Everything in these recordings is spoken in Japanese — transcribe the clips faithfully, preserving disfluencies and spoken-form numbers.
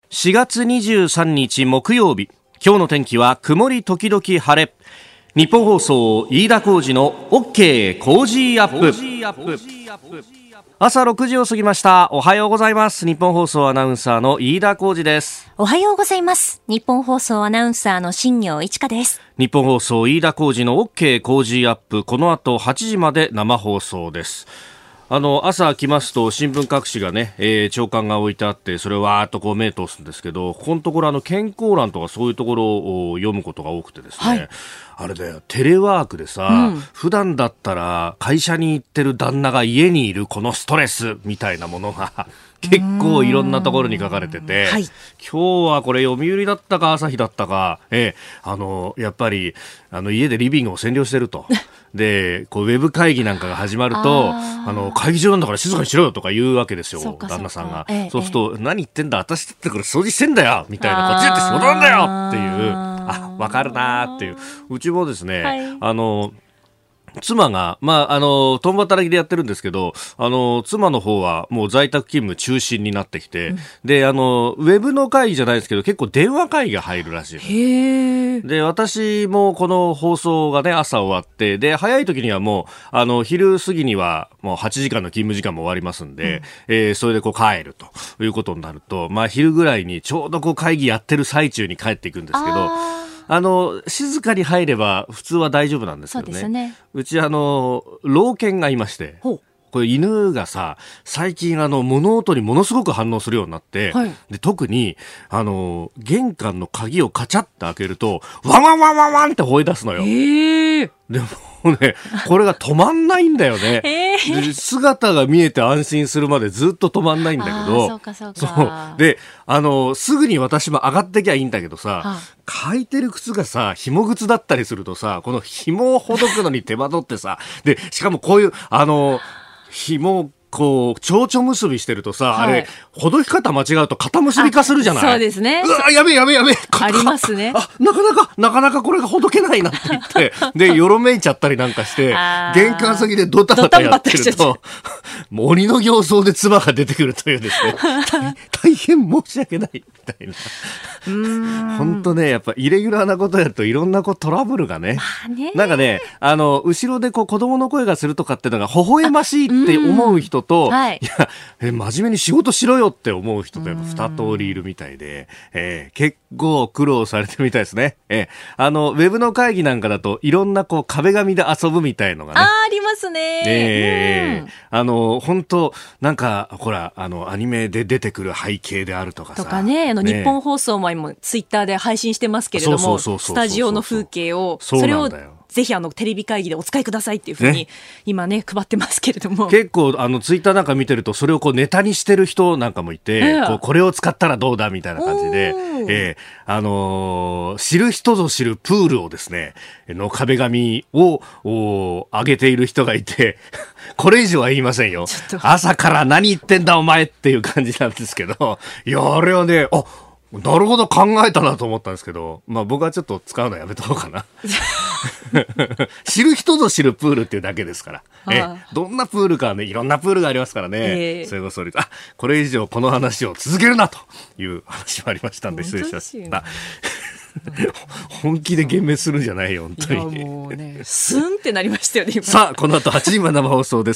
しがつにじゅうさんにち木曜日、今日の天気は曇り時々晴れ。日本放送飯田浩司の OK 工事アップ。朝ろくじを過ぎました。おはようございます。日本放送アナウンサーの飯田浩司です。 おはようございます。日本放送アナウンサーの新業一華です。 日本放送飯田浩司の OK 工事アップ、この後はちじまで生放送です。あの朝来ますと新聞各紙がね、えー、朝刊が置いてあって、それをわーっとこう目通すんですけど、ここのところあの健康欄とかそういうところを読むことが多くてですね、はい、あれだよ、テレワークでさ、うん、普段だったら会社に行ってる旦那が家にいるこのストレスみたいなものが結構いろんなところに書かれてて、はい、今日はこれ読売だったか朝日だったか、えー、あのやっぱりあの家でリビングを占領してるとでこうウェブ会議なんかが始まると、ああの会議場なんだから静かにしろよとか言うわけですよ、旦那さんが。ええ、そうすると、ええ、何言ってんだ、私だってこれ掃除してんだよみたいな、こっちだって仕事なんだよっていう、あ、わかるなっていう。うちもですね、はい、あの妻が、まあ、あの、共働きでやってるんですけど、あの、妻の方はもう在宅勤務中心になってきて、うん、で、あの、ウェブの会議じゃないですけど、結構電話会議が入るらしい。へー。で、私もこの放送がね、朝終わって、で、早い時にはもう、あの、昼過ぎにはもうはちじかんの勤務時間も終わりますんで、うん、えー、それでこう帰るということになると、まあ、昼ぐらいにちょうどこう会議やってる最中に帰っていくんですけど、あの静かに入れば普通は大丈夫なんですけど ね, う, ですねうちあの老犬がいまして、これ犬がさ最近あの物音にものすごく反応するようになって、はい、で特にあの玄関の鍵をカチャッと開けるとワンワンワンワンワンって吠え出すのよ。へー。でもね、これが止まんないんだよね。えー、で姿が見えて安心するまでずっと止まんないんだけど、 そうかそうか。そうで、あのすぐに私も上がってきゃいいんだけどさ、はあ、履いてる靴がさ紐靴だったりするとさ、この紐をほどくのに手間取ってさ、でしかもこういうあの紐こう蝶々結びしてるとさ、はい、あれほどき方間違うと肩結び化するじゃない。 そうですね。 うわやべえやべえやべえありますね。 あなかなかなかなかこれがほどけないなって言ってでよろめいちゃったりなんかして玄関先でドタバタやってると森の形相で唾が出てくるというですね大変申し訳ないみたいな。うーん本当ね、やっぱイレギュラーなことやるといろんなこうトラブルがね、まあ、ねなんかねあの後ろでこう子供の声がするとかっていうのが微笑ましいって思う人と、はい、いやえ真面目に仕事しろよって思う人とやっぱ二通りいるみたいで、えー、結構苦労されてるみたいですね。えー、あのウェブの会議なんかだといろんなこう壁紙で遊ぶみたいのがねあ, ありますね。 えー、あの本当なんかほらあのアニメで出てくる背景であるとかさとかね、あの、ね、日本放送も今ツイッターで配信してますけれども、スタジオの風景をそれをぜひあのテレビ会議でお使いくださいっていうふうに今ね配ってますけれども、 結構あのツイッターなんか見てるとそれをこうネタにしてる人なんかもいて、えー、こうこれを使ったらどうだみたいな感じで、えーあのー、知る人ぞ知るプールをですねの壁紙を上げている人がいてこれ以上は言いませんよ。朝から何言ってんだお前っていう感じなんですけど、いやあれはねあなるほど考えたなと思ったんですけど、まあ僕はちょっと使うのやめとこうかな知る人ぞ知るプールっていうだけですから、えどんなプールかはねいろんなプールがありますからね、えー、それこそあこれ以上この話を続けるなという話もありましたんで失礼しました本気で幻滅するんじゃないよ本当に。 いやもうねスンってなりましたよね今。 さあこの後はちじまで生放送です。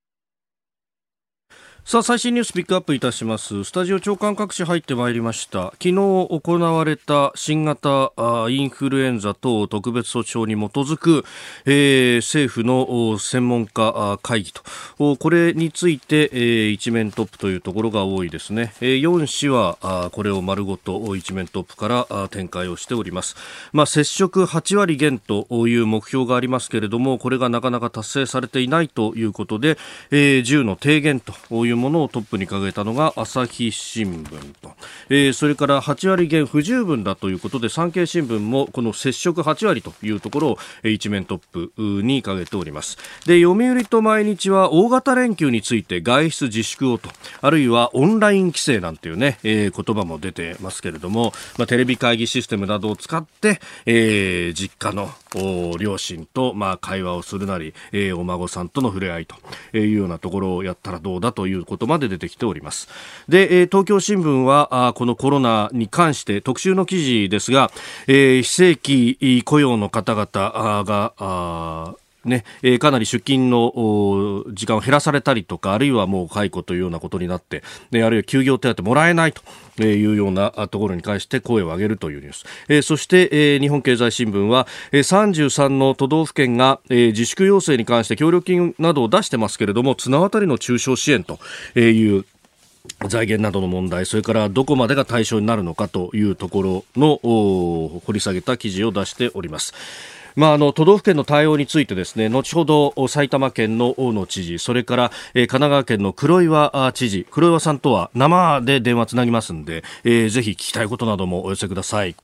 さあ最新ニュースピックアップいたします。スタジオ長官各紙入ってまいりました。昨日行われた新型インフルエンザ等特別措置法に基づく、えー、政府の専門家会議とこれについて、えー、一面トップというところが多いですね。えー、よん紙はこれを丸ごと一面トップから展開をしております。まあ、接触はちわり減という目標がありますけれども、これがなかなか達成されていないということで、えー、じゅうの提言というものをトップに掲げたのが朝日新聞と、えー、それからはちわり減不十分だということで産経新聞もこの接触はちわりというところを一面トップに掲げております。で読売と毎日は大型連休について外出自粛をと、あるいはオンライン規制なんていうね、えー、言葉も出てますけれども、まあ、テレビ会議システムなどを使って、えー、実家の両親とまあ会話をするなり、えー、お孫さんとの触れ合いというようなところをやったらどうだということまで出てきております。で、えー、東京新聞はあこのコロナに関して特集の記事ですが、えー、非正規雇用の方々があねえー、かなり出勤の時間を減らされたりとか、あるいはもう解雇というようなことになって、であるいは休業手当もらえないというようなところに関して声を上げるというニュース、えー、そして、えー、日本経済新聞は、えー、さんじゅうさんの都道府県が、えー、自粛要請に関して協力金などを出してますけれども、綱渡りの中小支援という財源などの問題、それからどこまでが対象になるのかというところの掘り下げた記事を出しております。まあ、あの都道府県の対応についてですね、後ほど埼玉県の大野知事、それから、えー、神奈川県の黒岩知事、黒岩さんとは生で電話つなぎますんで、えー、ぜひ聞きたいことなどもお寄せください。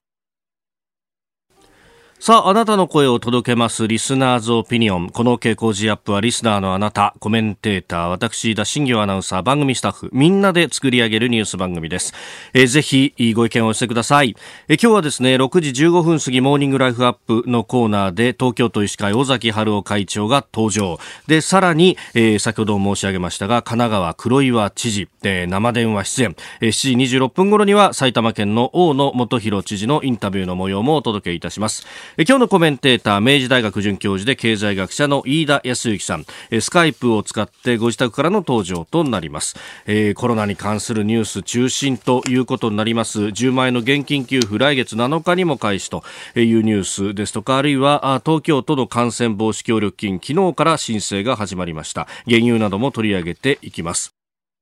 さあ、あなたの声を届けますリスナーズオピニオン。この傾向時アップはリスナーのあなた、コメンテーター、私田新行アナウンサー、番組スタッフみんなで作り上げるニュース番組です。えー、ぜひご意見をお寄せください。えー、今日はですね、ろくじじゅうごふん過ぎモーニングライフアップのコーナーで東京都医師会尾崎治夫会長が登場で、さらに、えー、先ほど申し上げましたが神奈川黒岩知事、えー、生電話出演、えー、しちじにじゅうろっぷん頃には埼玉県の大野元弘知事のインタビューの模様もお届けいたします。今日のコメンテーター、明治大学准教授で経済学者の飯田康之さん、スカイプを使ってご自宅からの登場となります。えー、コロナに関するニュース中心ということになりますじゅうまんえんの現金給付、来月なのかにも開始というニュースですとか、あるいは東京都の感染防止協力金、昨日から申請が始まりました。原油なども取り上げていきます。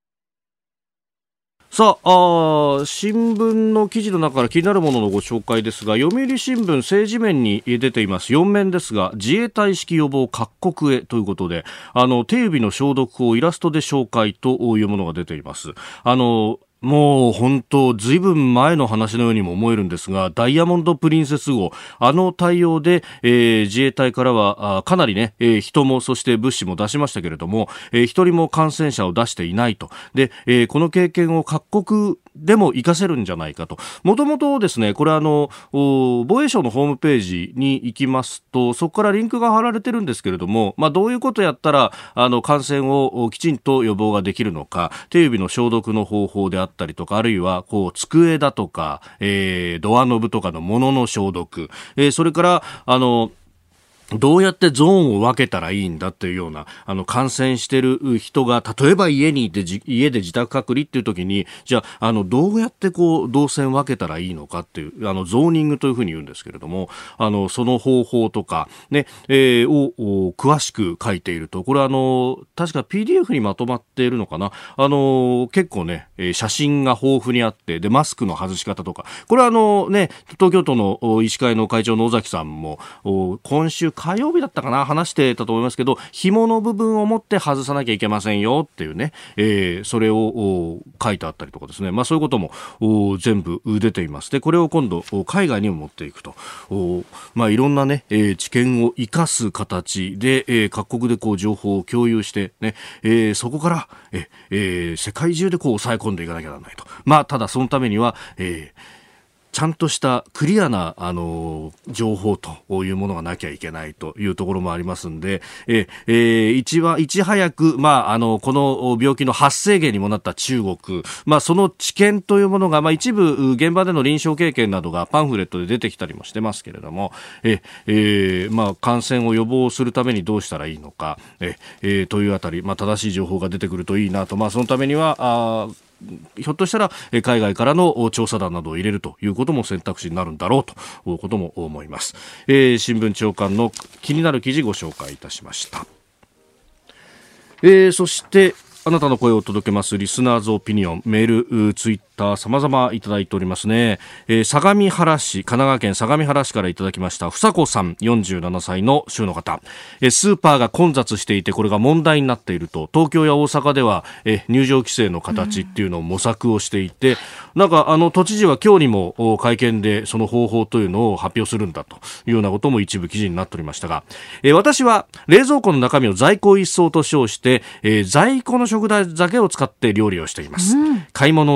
さあ、あ新聞の記事の中から気になるもののご紹介ですが、読売新聞政治面に出ていますよん面ですが、自衛隊式予防各国へということで、あの手指の消毒をイラストで紹介というものが出ています。あのもう本当ずいぶん前の話のようにも思えるんですが、ダイヤモンドプリンセス号、あの対応で、えー、自衛隊からはかなりね、えー、人もそして物資も出しましたけれども、えー、一人も感染者を出していないと。で、えー、この経験を各国でも活かせるんじゃないかと。もともとですね、これあの防衛省のホームページに行きますと、そこからリンクが貼られてるんですけれども、まあ、どういうことやったらあの感染をきちんと予防ができるのか、手指の消毒の方法であったりとか、あるいはこう机だとか、えー、ドアノブとかのものの消毒、えー、それからあのどうやってゾーンを分けたらいいんだっていうような、あの感染してる人が例えば家にいてじ家で自宅隔離っていう時に、じゃあ、あのどうやってこう動線分けたらいいのかっていう、あのゾーニングというふうに言うんですけれども、あのその方法とかね、えー、を詳しく書いていると、これはあの確か ピーディーエフ にまとまっているのかな、あの結構ね写真が豊富にあって、でマスクの外し方とか、これはあのね東京都の医師会の会長の尾崎さんも今週火曜日だったかな、話してたと思いますけど、紐の部分を持って外さなきゃいけませんよっていうね、えー、それを書いてあったりとかですね、まあ、そういうことも全部出ています。でこれを今度海外にも持っていくと、まあ、いろんなね、えー、知見を生かす形で、えー、各国でこう情報を共有してね、えー、そこからえ、えー、世界中でこう抑え込んでいかなきゃならないと。まあ、ただそのためには、えーちゃんとしたクリアな、あのー、情報というものがなきゃいけないというところもありますんで、ええー、一はいち早く、まあ、あのこの病気の発生源にもなった中国、まあ、その知見というものが、まあ、一部現場での臨床経験などがパンフレットで出てきたりもしてますけれども、ええーまあ、感染を予防するためにどうしたらいいのか、ええー、というあたり、まあ、正しい情報が出てくるといいなと、まあ、そのためにはあひょっとしたら海外からの調査団などを入れるということも選択肢になるんだろうということも思います。えー、新聞長官の気になる記事ご紹介いたしました。えー、そしてあなたの声を届けますリスナーズオピニオン、メール、ツイッター様々いただいておりますね。えー、相模原市、神奈川県相模原市からいただきました房子さん、よんじゅうななさいの州の方、えー、スーパーが混雑していてこれが問題になっていると、東京や大阪では、えー、入場規制の形っていうのを模索をしていて、うん、なんかあの都知事は今日にも会見でその方法というのを発表するんだというようなことも一部記事になっておりましたが、えー、私は冷蔵庫の中身を在庫一掃と称して、えー、在庫の食材だけを使って料理をしています、うん、買い物をしないで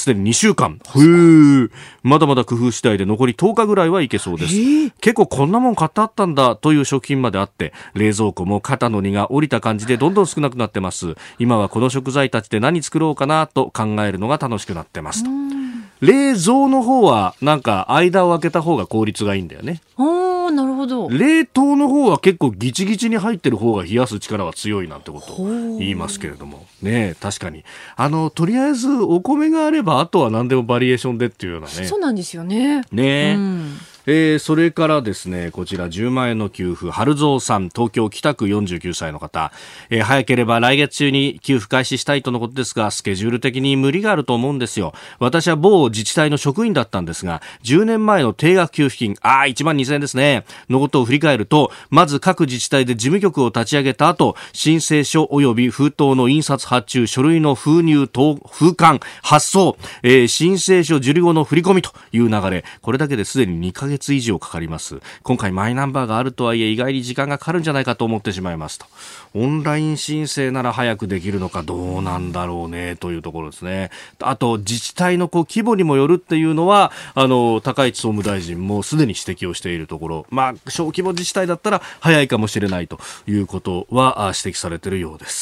すでににしゅうかん。ふー、まだまだ工夫次第で残りとおかぐらいはいけそうです。結構こんなもん買ってあったんだという食品まであって、冷蔵庫も肩の荷が下りた感じでどんどん少なくなってます。今はこの食材たちで何作ろうかなと考えるのが楽しくなってますと。冷蔵の方はなんか間を空けた方が効率がいいんだよね。 おー、なるほど。 冷凍の方は結構ギチギチに入ってる方が冷やす力は強いなんてことを言いますけれどもね。確かにあのとりあえずお米があればあとは何でもバリエーションでっていうようなね。 そうなんですよね。 ね、 うん、 えー、それからですね、こちらじゅうまんえんの給付、春蔵さん、東京北区よんじゅうきゅうさいの方、えー、早ければ来月中に給付開始したいとのことですが、スケジュール的に無理があると思うんですよ。私は某自治体の職員だったんですが、じゅうねんまえの定額給付金、あーいちまんにせんえんですね、のことを振り返ると、まず各自治体で事務局を立ち上げた後、申請書及び封筒の印刷発注、書類の封入、封管、発送、えー、申請書受理後の振り込みという流れ、これだけですでににかげつ以上かかります。今回マイナンバーがあるとはいえ意外に時間がかかるんじゃないかと思ってしまいますと。オンライン申請なら早くできるのかどうなんだろうねというところですね。あと自治体のこう規模にもよるっていうのはあの高市総務大臣もすでに指摘をしているところ、まあ小規模自治体だったら早いかもしれないということは指摘されているようです。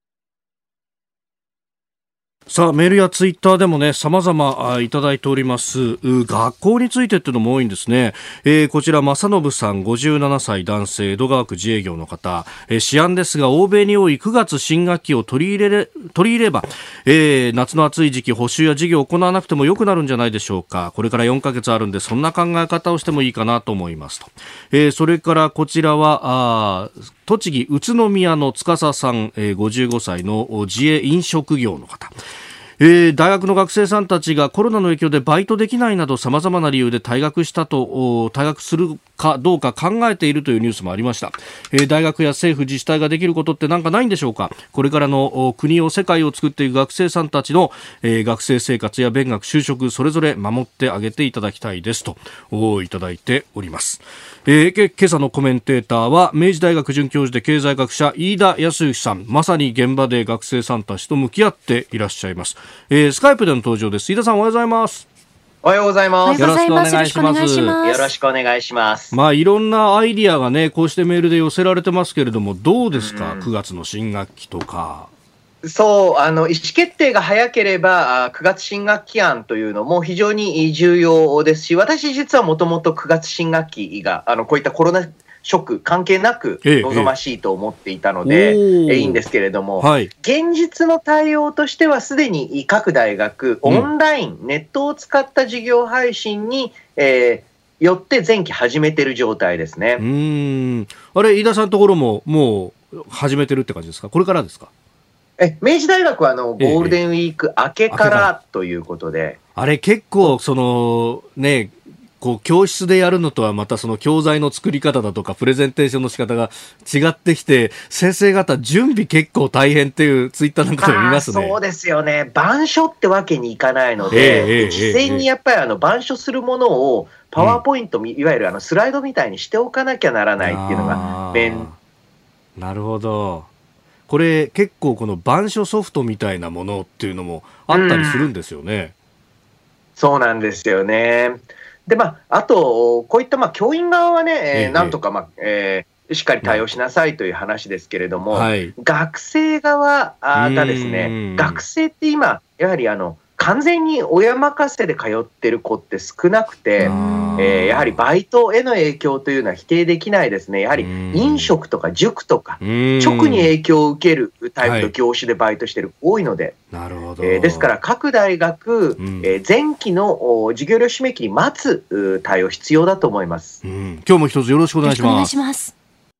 さあメールやツイッターでもね様々いただいております。学校についてっていうのも多いんですね。えー、こちら正信さんごじゅうななさい男性江戸川区自営業の方、えー、試案ですが欧米に多いくがつ新学期を取り入れれ取り入れれば、えー、夏の暑い時期補習や授業を行わなくても良くなるんじゃないでしょうか。これからよんかげつあるんでそんな考え方をしてもいいかなと思いますと。えー、それからこちらはあ栃木宇都宮の司さん、えー、ごじゅうごさいの自営飲食業の方、えー、大学の学生さんたちがコロナの影響でバイトできないなど様々な理由で退学したと退学するかどうか考えているというニュースもありました。えー、大学や政府自治体ができることってなんかないんでしょうか。これからの国を世界を作っていく学生さんたちの、えー、学生生活や勉学就職それぞれ守ってあげていただきたいですといただいております。えー、け今朝のコメンテーターは明治大学准教授で経済学者飯田康之さん、まさに現場で学生さんたちと向き合っていらっしゃいます。えー、スカイプでの登場です。飯田さんおはようございます。 おはようございます。 よろしくお願いします。 よろしくお願いします。 まあいろんなアイディアがねこうしてメールで寄せられてますけれどもどうですか、うん、くがつの新学期とか。 そうあの意思決定が早ければくがつ新学期案というのも非常に重要ですし、私実はもともとくがつ新学期があのこういったコロナショック関係なく望ましいと思っていたので、えええいいんですけれども、はい、現実の対応としてはすでに各大学オンライン、うん、ネットを使った授業配信に、えー、よって前期始めている状態ですね。 うーんあれ飯田さんのところももう始めてるって感じですか。これからですか。 え明治大学はあのゴールデンウィーク明けからということで、ええ、 あれ結構そのねこう教室でやるのとはまたその教材の作り方だとかプレゼンテーションの仕方が違ってきて先生方準備結構大変っていうツイッターなんかでも見ますね。 そうですよね。板書ってわけにいかないので、えー、事前にやっぱりあの板書するものをパワーポイント、うん、いわゆるあのスライドみたいにしておかなきゃならないっていうのが面。 なるほど。これ結構この板書ソフトみたいなものっていうのもあったりするんですよね。うん、 そうなんですよね。でまあ、あとこういったまあ教員側はね、えー、なんとか、まあえー、しっかり対応しなさいという話ですけれども、はい、学生側がですね、学生って今やはりあの完全に親任せで通ってる子って少なくて、えー、やはりバイトへの影響というのは否定できないですね。やはり飲食とか塾とか直に影響を受けるタイプの業種でバイトしてる子多いので、 なるほど、 えー、ですから各大学、うんえー、前期の授業料締め切り待つ対応必要だと思います。 うん、今日も一つよろしくお願いします。よろしくお願いします。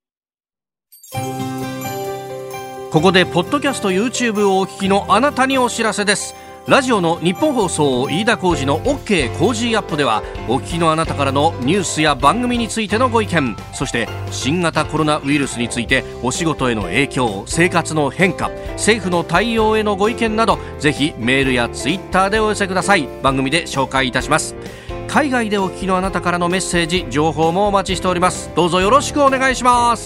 ここでポッドキャスト YouTube をお聞きのあなたにお知らせです。ラジオの日本放送飯田浩司の OK コージーアップではお聞きのあなたからのニュースや番組についてのご意見、そして新型コロナウイルスについてお仕事への影響、生活の変化、政府の対応へのご意見などぜひメールやツイッターでお寄せください。番組で紹介いたします。海外でお聞きのあなたからのメッセージ情報もお待ちしております。どうぞよろしくお願いします。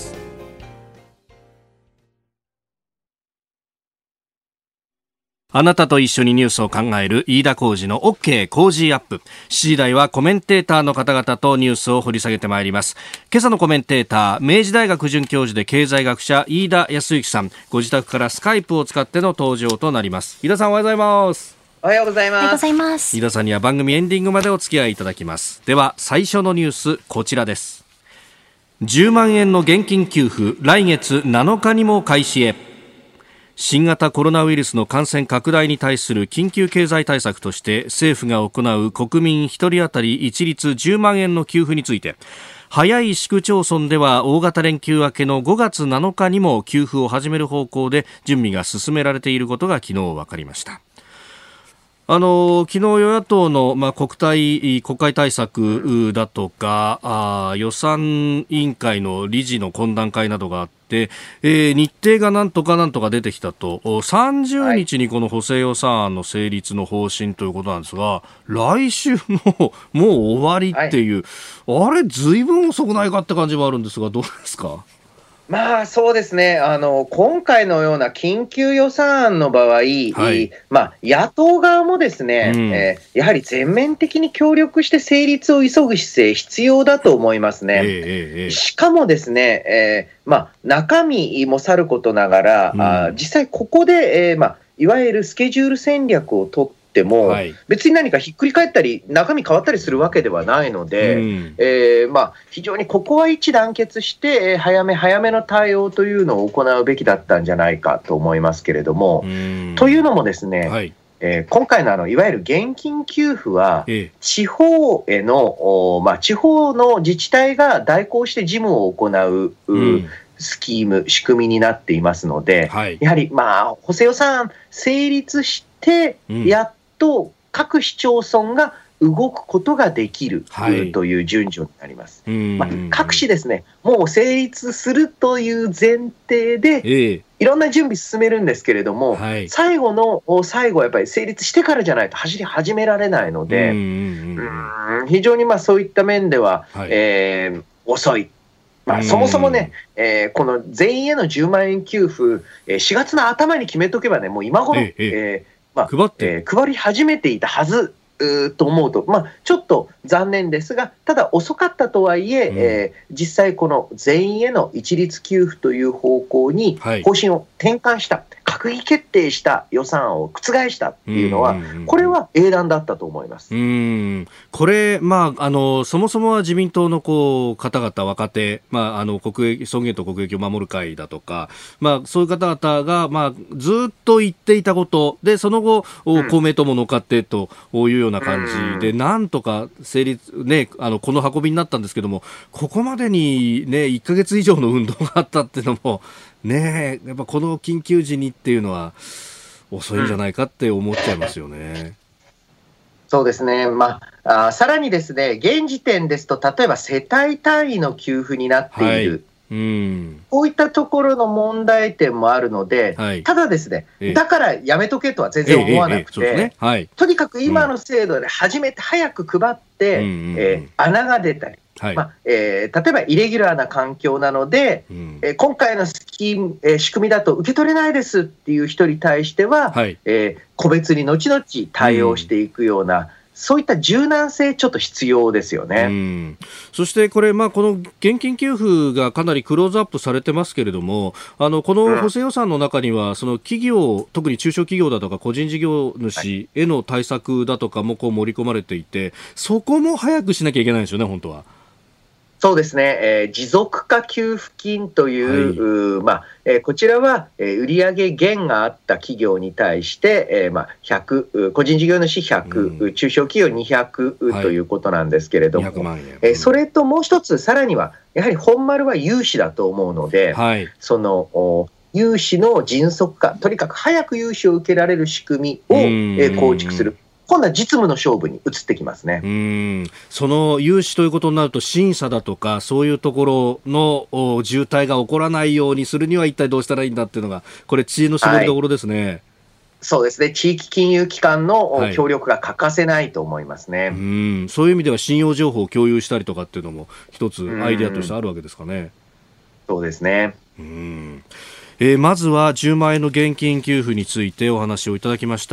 あなたと一緒にニュースを考える飯田浩司の OK 工事アップ。しちじ台はコメンテーターの方々とニュースを掘り下げてまいります。今朝のコメンテーター、明治大学准教授で経済学者飯田康之さん、ご自宅からスカイプを使っての登場となります。飯田さん、おはようございます。 おはようございます。 おはようございます。 飯田さんには番組エンディングまでお付き合いいただきます。では最初のニュース、こちらです。じゅうまんえんの現金給付、来月なのかにも開始へ。新型コロナウイルスの感染拡大に対する緊急経済対策として政府が行う国民ひとり当たり一律じゅうまんえんの給付について、早い市区町村では大型連休明けのごがつなのかにも給付を始める方向で準備が進められていることが昨日分かりました。あの昨日与野党の、まあ、国対国会対策だとかあ予算委員会の理事の懇談会などがあって、えー、日程がなんとかなんとか出てきたと、さんじゅうにちにこの補正予算案の成立の方針ということなんですが、来週のもう終わりっていう、はい、あれずいぶん遅くないかって感じはあるんですが、どうですか。 まあそうですね、あの今回のような緊急予算案の場合、はい、まあ、野党側もですね、うん、えー、やはり全面的に協力して成立を急ぐ姿勢、必要だと思いますね。えー、しかもですね、えーまあ、中身もさることながら、うん、あ実際、ここで、えーまあ、いわゆるスケジュール戦略を取ってでも、はい、別に何かひっくり返ったり中身変わったりするわけではないので、うん、えーまあ、非常にここは一致団結して、えー、早め早めの対応というのを行うべきだったんじゃないかと思いますけれども、うん、というのもですね、はい、えー、今回のあのいわゆる現金給付は、ええ、地方への、まあ、地方の自治体が代行して事務を行う、うん、スキーム、仕組みになっていますので、はい、やはり、まあ、補正予算案成立してやっと各市町村が動くことができる、はい、という順序になります。まあ、各市ですね、もう成立するという前提で、えー、いろんな準備進めるんですけれども、はい、最後の最後はやっぱり成立してからじゃないと走り始められないので、うんうん、非常にまあそういった面では、はい、えー、遅い。まあ、そもそもね、えー、この全員へのじゅうまんえん給付、えー、しがつの頭に決めとけばね、もう今頃、えーえーまあ、配って、えー、配り始めていたはずと思うと、まあ、ちょっと残念ですが、ただ遅かったとはいえ、うん、えー、実際この全員への一律給付という方向に方針を転換した、はい、閣議決定した予算案を覆したっていうのは、これは英断だったと思います。 うーん、これ、まあ、あのそもそもは自民党のこう方々、若手、まあ、あの国益尊厳と国益を守る会だとか、まあ、そういう方々が、まあ、ずっと言っていたことで、その後、うん、公明党も乗っかってというような感じで、なんとか成立、ね、あのこの運びになったんですけども、ここまでに、ね、いっかげつ以上の運動があったっていうのもね、やっぱこの緊急時にっていうのは遅いんじゃないかって思っちゃいますよね。うん、 そうですね、まあ、あさらにですね、現時点ですと、例えば世帯単位の給付になっている、はい、うん、こういったところの問題点もあるので、はい、ただですね、ええ、だからやめとけとは全然思わなくて、えええね、はい、とにかく今の制度で初めて早く配って、うん、えー、穴が出たり、はい、まあえー、例えばイレギュラーな環境なので、うん、えー、今回のスキーム、えー、仕組みだと受け取れないですっていう人に対しては、はい、えー、個別に後々対応していくような、うん、そういった柔軟性ちょっと必要ですよね。うん、 そしてこれ、まあ、この現金給付がかなりクローズアップされてますけれども、あのこの補正予算の中には、うん、その企業、特に中小企業だとか個人事業主への対策だとかもこう盛り込まれていて、そこも早くしなきゃいけないんですよね、本当は。 そうですね、えー、持続化給付金という、はい、まあえー、こちらは、えー、売上減があった企業に対して、えーまあ、ひゃく、個人事業主ひゃく、うん、中小企業にひゃく、はい、ということなんですけれども、にひゃくまんえん、えー、それともう一つ、さらには、やはり本丸は融資だと思うので、はい、その融資の迅速化、とにかく早く融資を受けられる仕組みを、えー、構築する。今度は実務の勝負に移ってきますね。 うーん、その融資ということになると、審査だとかそういうところの渋滞が起こらないようにするには一体どうしたらいいんだっていうのが、これ知恵の絞りどころですね。はい、 そうですね、地域金融機関の協力が欠かせないと思いますね。はい、うん、 そういう意味では信用情報を共有したりとかっていうのも一つアイデアとしてあるわけですかね。 そうですね。 うん、 えー、まずはじゅうまんえんの現金給付についてお話をいただきました。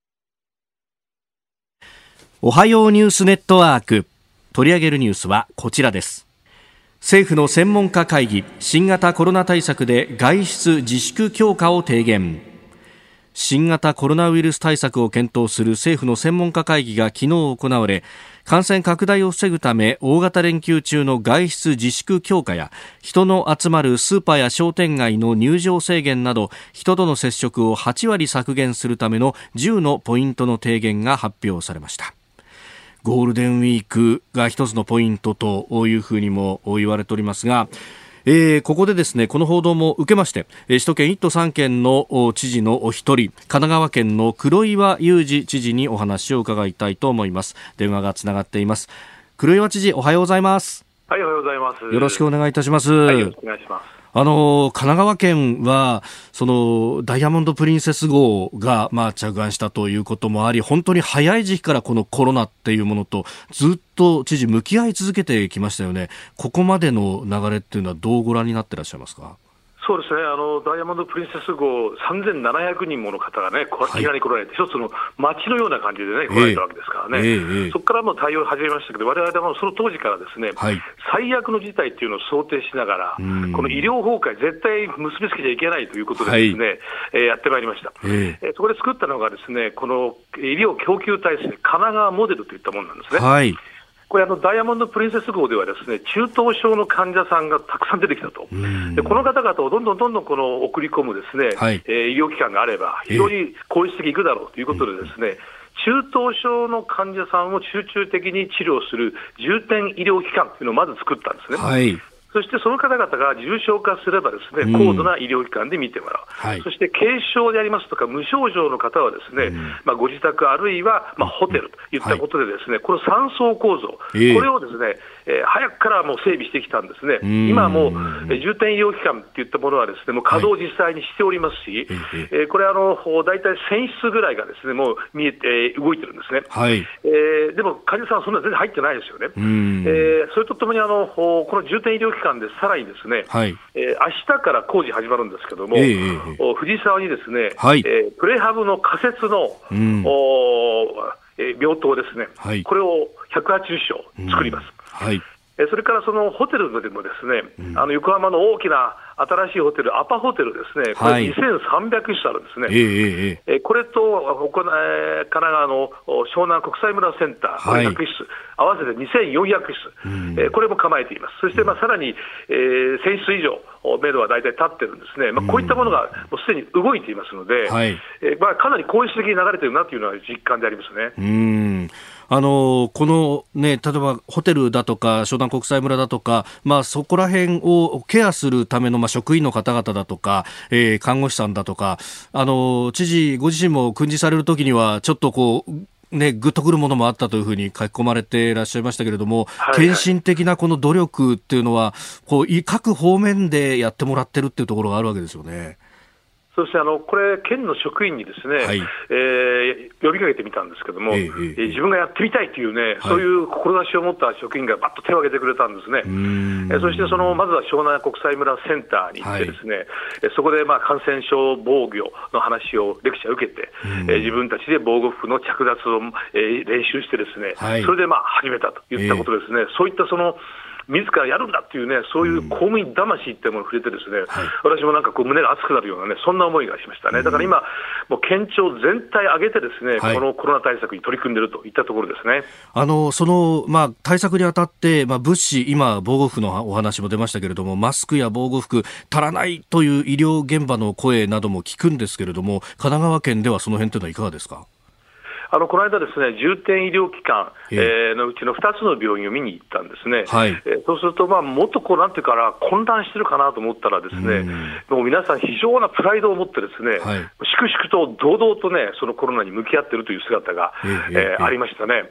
おはようニュースネットワーク、取り上げるニュースはこちらです。政府の専門家会議、新型コロナ対策で外出自粛強化を提言。新型コロナウイルス対策を検討する政府の専門家会議が昨日行われ、感染拡大を防ぐため大型連休中の外出自粛強化や人の集まるスーパーや商店街の入場制限など人との接触をはちわり削減するためのじゅうのポイントの提言が発表されました。ゴールデンウィークが一つのポイントというふうにも言われておりますが、えー、ここでですね、この報道も受けまして、首都圏いっとさんけんの知事のお一人、神奈川県の黒岩祐二知事にお話を伺いたいと思います。電話がつながっています。黒岩知事、おはようございます。 はい、おはようございます。 よろしくお願いいたします。 はい、よろしくお願いします。 あの神奈川県はそのダイヤモンドプリンセス号が、まあ、着岸したということもあり、本当に早い時期からこのコロナっていうものとずっと知事向き合い続けてきましたよね。ここまでの流れっていうのはどうご覧になっていらっしゃいますか？ そうですね、あのダイヤモンド・プリンセス号、さんぜんななひゃくにんもの方がね、こちらに来られて、一つの街のような感じでね、来られたわけですからね、えーえー、そこからもう対応を始めましたけど、我々はその当時からですね、はい、最悪の事態っていうのを想定しながら、この医療崩壊、絶対結びつけちゃいけないということでですね、はい、えー、やってまいりました。えー、そこで作ったのがですね、この医療供給体制、神奈川モデルといったものなんですね。はい、これあのダイヤモンド・プリンセス号ではですね、中等症の患者さんがたくさん出てきたと。でこの方々をどんどんどんどんこの送り込むですね、はい、えー、医療機関があれば非常に効率的にいくだろうということでですね、中等症の患者さんを集中的に治療する重点医療機関というのをまず作ったんですね。はい、そしてその方々が重症化すればですね、高度な医療機関で見てもらう、はい、そして軽症でありますとか無症状の方はですね、うん、まあ、ご自宅あるいはまあホテルといったことでですね、はい、このさん層構造、えー、これをですね、えー、早くからもう整備してきたんですね。今もう重点医療機関といったものはですね、もう稼働実際にしておりますし、はい、えー、これあの大体せん室ぐらいがですね、もう見えて、えー、動いてるんですね。はい、えー、でも患者さんはそんな全然入ってないですよね。えー、それとともにあのこの重点医療機関でさらにですね、はい、えー、明日から工事始まるんですけども、えー、藤沢にですね、はい、えー、プレハブの仮設の、うん、おえー、病棟ですね、はい、これをひゃくはちじゅっしょう作ります。うん、はい、えー、それからそのホテルでもですね、うん、あの横浜の大きな新しいホテル、アパホテルですね、これにせんさんびゃくしつあるんですね。はい、えー、これと、えー、神奈川の湘南国際村センター、これひゃくしつ、合わせてにせんよんひゃくしつ、うん、えー、これも構えています。そしてまあさらに、えー、せんしつ以上、目処は大体立ってるんですね。まあ、こういったものがもうすでに動いていますので、はい、えーまあ、かなり効率的に流れているなというのは実感でありますね。 うーん、あのこの、ね、例えばホテルだとか湘南国際村だとか、まあ、そこら辺をケアするための、まあ、職員の方々だとか、えー、看護師さんだとか、あの知事ご自身も訓示されるときにはちょっとこうね、ぐっとくるものもあったというふうに書き込まれていらっしゃいましたけれども、はいはい、献身的なこの努力っていうのはこう各方面でやってもらってるっていうところがあるわけですよね。 そしてあのこれ、県の職員にですね、はい、えー、呼びかけてみたんですけども、えーえー、自分がやってみたいというね、はい、そういう志を持った職員がばっと手を挙げてくれたんですね。えー、そしてそのまずは湘南国際村センターに行ってですね、はい、そこでまあ感染症防御の話をレクチャーを受けて、えー、自分たちで防護服の着脱を、えー、練習してですね、はい、それでまあ始めたといったことですね。えー、そういったその自らやるんだっていうね、そういう公務員魂ってものを触れてですね、うん、はい、私もなんかこう胸が熱くなるようなね、そんな思いがしましたね。だから今、もう県庁全体挙げてですね、はい、このコロナ対策に取り組んでいるといったところですね。 あのその、まあ、対策にあたって、まあ、物資、今防護服のお話も出ましたけれども、マスクや防護服足らないという医療現場の声なども聞くんですけれども、神奈川県ではその辺というのはいかがですか？ あのこの間ですね、重点医療機関、えー、のうちのふたつの病院を見に行ったんですね。はい、えー、そうすると、まあ、もっとこうなんていうから混乱してるかなと思ったらですね、もう皆さん非常なプライドを持ってですね、はい、粛々と堂々とね、そのコロナに向き合っているという姿が、えーえー、ありましたね。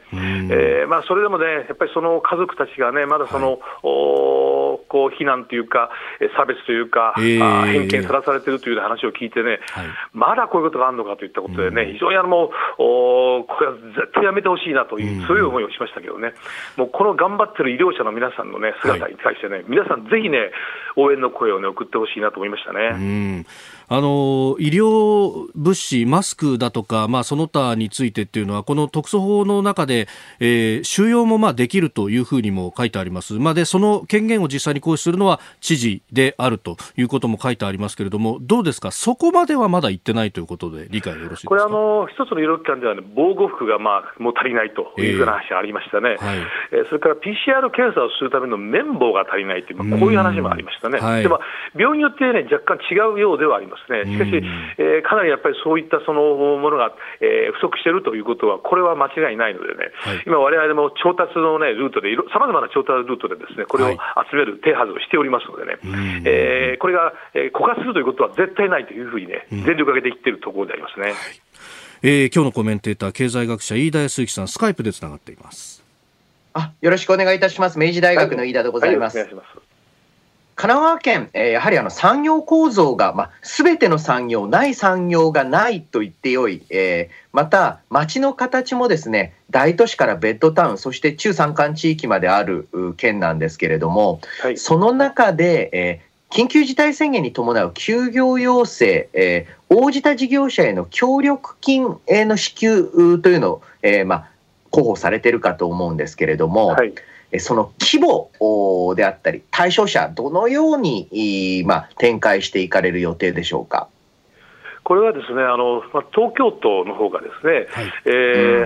えーまあ、それでもね、やっぱりその家族たちがね、まだその、はい、おこう非難というか、差別というか、えー、偏見さらされているという話を聞いてね、はい、まだこういうことがあるのかといったことでね、うん、非常にあのもうおこれは絶対やめてほしいなという、うん、そういう思いをしましたけどね、もうこの頑張ってる医療者の皆さんの、ね、姿に対してね、はい、皆さん、ぜひね、応援の声を、ね、送ってほしいなと思いましたね。 うんあの医療物資、マスクだとか、まあ、その他についてっていうのはこの特措法の中で、えー、収容もまあできるというふうにも書いてあります、まあ、でその権限を実際に行使するのは知事であるということも書いてありますけれども、どうですか、そこまではまだ行ってないということで理解よろしいですか。 これあの一つの医療機関では、ね、防護服が、まあ、もう足りないというふうな話がありましたね、えーはいえー、それから ピーシーアール 検査をするための綿棒が足りないという、まあ、こういう話もありましたね、はい、でも病院によって、ね、若干違うようではありますね。しかしえー、かなりやっぱりそういったそのものが、えー、不足しているということは、これは間違いないのでね、はい、今、われわれも調達の、ね、ルートで、さまざまな調達ルートでですね、これを集める手はずをしておりますのでね、はいえー、これが、えー、枯渇するということは絶対ないというふうにね、全力を挙げていっているところでありますね。はいえー、今日のコメンテーター、経済学者、飯田康之さん、スカイプでつながっています。 あ、よろしくお願いいたします。明治大学の飯田でございます。はいはい、お願いします。神奈川県、えー、やはりあの産業構造が、まあ、全ての産業、ない産業がないと言ってよい、えー、また町の形もですね、大都市からベッドタウン、そして中山間地域まである県なんですけれども、はい、その中で、えー、緊急事態宣言に伴う休業要請、えー、応じた事業者への協力金の支給というのを、えーまあ、広報されているかと思うんですけれども、はいその規模であったり対象者、どのように、まあ、展開していかれる予定でしょうか。 これはですね、あの、まあ、東京都の方がですね、はいえーうん、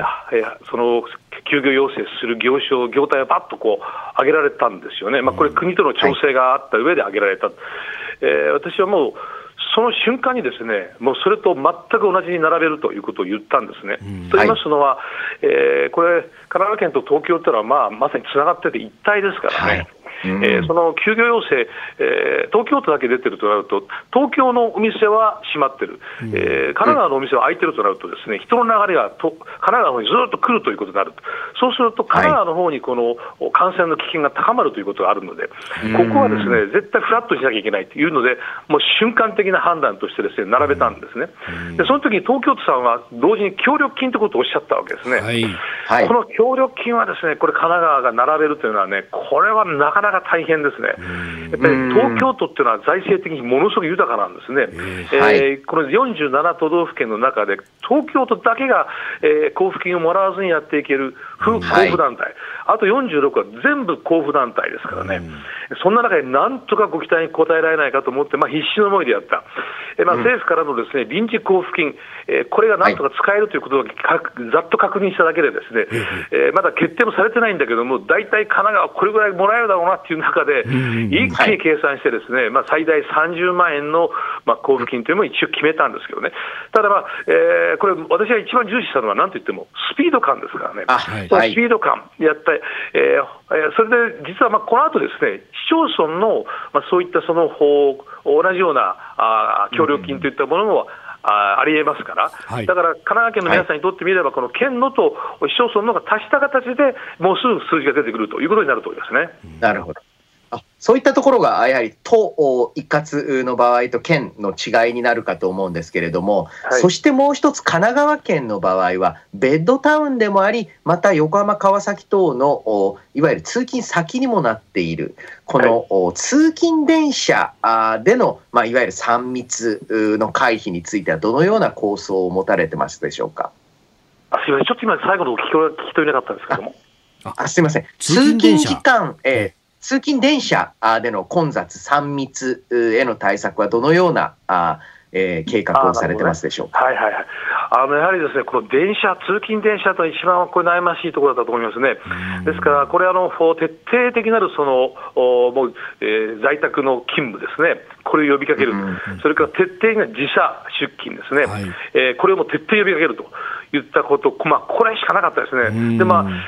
その休業要請する業種、業態をパッとこう上げられたんですよね、まあ、これ、国との調整があった上で上げられた、はいえー、私はもう、その瞬間にですね、もうそれと全く同じに並べるということを言ったんですね。うん、と言いますのは、はいえー、これ、神奈川県と東京というのは、まあ、まさにつながってて一体ですからね。はいうんえー、その休業要請、えー、東京都だけ出てるとなると、東京のお店は閉まってる、うんえー、神奈川のお店は開いてるとなるとですね、人の流れがと神奈川の方にずっと来るということになると、そうすると神奈川の方にこの感染の危険が高まるということがあるので、ここはですね、絶対フラットしなきゃいけないというので、もう瞬間的な判断としてですね、並べたんですね。でその時に東京都さんは同時に協力金ということをおっしゃったわけですね。はいはい、この協力金はですね、これ神奈川が並べるというのはね、これはなかなか大変ですね。やっぱり東京都っていうのは財政的にものすごく豊かなんですね。えーはい、このよんじゅうなな都道府県の中で東京都だけが、えー、交付金をもらわずにやっていける交付団体、はい、あとよんじゅうろくは全部交付団体ですからね、そんな中でなんとかご期待に応えられないかと思って、まあ、必死の思いでやった、えーまあ、政府からのですね、臨時交付金、えー、これがなんとか使えるということをざっと確認しただけでですね、えー、まだ決定もされてないんだけども、大体神奈川これぐらいもらえるだろうなっていう中で、一気に計算してですね、まあ、最大さんじゅうまんえんの、まあ、交付金というのも一応決めたんですけどね。ただ、まあえー、これ私が一番重視したのは何といってもスピード感ですからね。そのスピード感やった、えー、それで実はまあこの後ですね、市町村の、まあ、そういったその同じようなあ協力金といったものも、うんあ, ありえますから、はい、だから神奈川県の皆さんにとってみれば、はい、この県のと市町村のが足した形でもうすぐ数字が出てくるということになると思いますね。 なるほど。あ、そういったところがやはり都一括の場合と県の違いになるかと思うんですけれども、はい、そしてもう一つ神奈川県の場合はベッドタウンでもあり、また横浜川崎等のいわゆる通勤先にもなっているこの、はい、通勤電車での、まあ、いわゆるさん密の回避についてはどのような構想を持たれてますでしょうか。 あ、すいません、ちょっと今最後の聞き取れなかったんですけども。 ああすいません、通勤時間、えー通勤電車での混雑さん密への対策はどのようなあ、えー、計画をされてますでしょうか。 はいはいはい、あのやはりですね、この電車、通勤電車と一番これ悩ましいところだと思いますね。ですから、これあの徹底的なるそのもう、えー、在宅の勤務ですね、これを呼びかける、それから徹底的な時差出勤ですね、はいえー、これをもう徹底呼びかけるといったこと、まあ、これしかなかったですね。で、まあ、県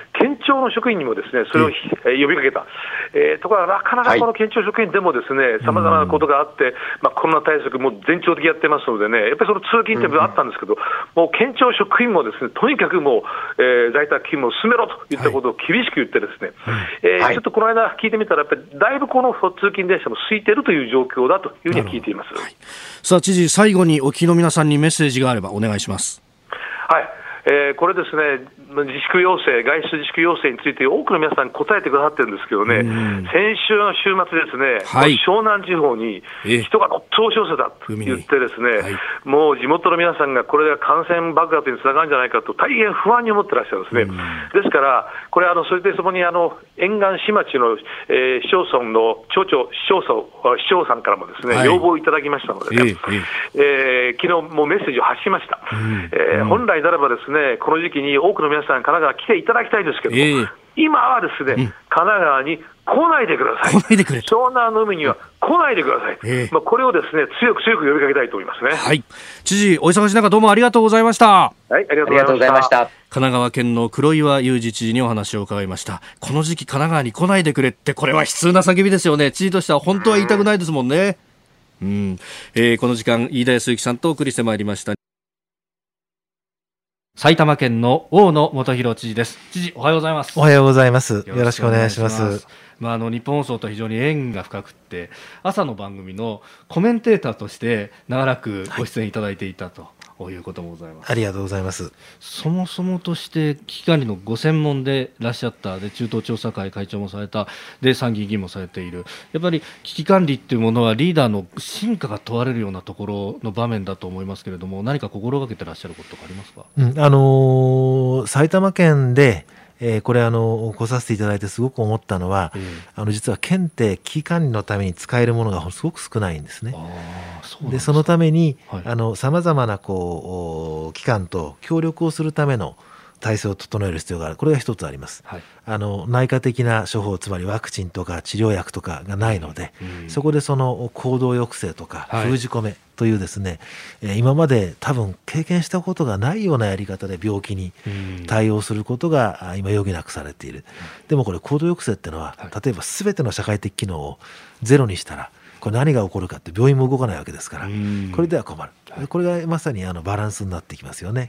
庁の職員にもですねそれを、えー、呼びかけた、えー、ところがなかなかこの県庁職員でもですねさまざまなことがあって、まあ、コロナ対策も全庁的やってますのでね、やっぱりその通勤っていうのがあったんですけど、うん、もう県庁職員もですねとにかくもう、えー、在宅勤務を進めろといったことを厳しく言ってですね、はいえーはい、ちょっとこの間聞いてみたらやっぱりだいぶこの通勤電車も空いているという状況だというふうには聞いています。はい、 さあ知事、最後にお聞きの皆さんにメッセージがあればお願いします。 はい、えー、これですね自粛要請、外出自粛要請について多くの皆さん答えてくださってるんですけどね、先週の週末ですね、はい、湘南地方に人がどっと押し寄せたと言ってですね、はい、もう地元の皆さんがこれが感染爆発につながるんじゃないかと大変不安に思ってらっしゃるんですね。ですからこれあのそれでそこにあの沿岸市町の、えー、市町村の町長市町村市長さんからもですね、はい、要望をいただきましたのでね、えーえー、昨日もうメッセージを発しました。えー、本来ならばですねこの時期に多くの皆さん神奈川来ていただきたいですけども、えー、今はですね、うん、神奈川に来ないでください。来ないでくれと。湘南の海には来ないでください。えーまあ、これをですね強く強く呼びかけたいと思いますね。 はい、知事お忙しい中どうもありがとうございました。 はい、ありがとうございました。神奈川県の黒岩祐二知事にお話を伺いました。この時期神奈川に来ないでくれってこれは悲痛な叫びですよね。知事としては本当は言いたくないですもんね。うん、えー、この時間飯田康之さんとお送りしてまいりました。埼玉県の大野元弘知事です。知事おはようございます。 おはようございます。よろしくお願いします。 まあ、あの日本放送と非常に縁が深くって朝の番組のコメンテーターとして長らくご出演いただいていたと、はい、いうこともございます。 ありがとうございます。 そもそもとして危機管理のご専門でいらっしゃったで中東調査会会長もされたで参議院議員もされているやっぱり危機管理っていうものはリーダーの真価が問われるようなところの場面だと思いますけれども何か心がけてらっしゃることとかありますか？ うん、あのー、埼玉県でえー、これあの来させていただいてすごく思ったのは、えー、あの実は県って危機管理のために使えるものがすごく少ないんですね。あ、そうなんですか。でそのためにさまざまなこう機関と協力をするための体制を整える必要がある。これが一つあります、はい、あの内科的な処方つまりワクチンとか治療薬とかがないので、うん、そこでその行動抑制とか封じ込めというですね、はい、今まで多分経験したことがないようなやり方で病気に対応することが今余儀なくされている、うん、でもこれ行動抑制っていうのは、はい、例えば全ての社会的機能をゼロにしたらこれ何が起こるかって病院も動かないわけですから、これでは困る。これがまさにあのバランスになってきますよね。 うん、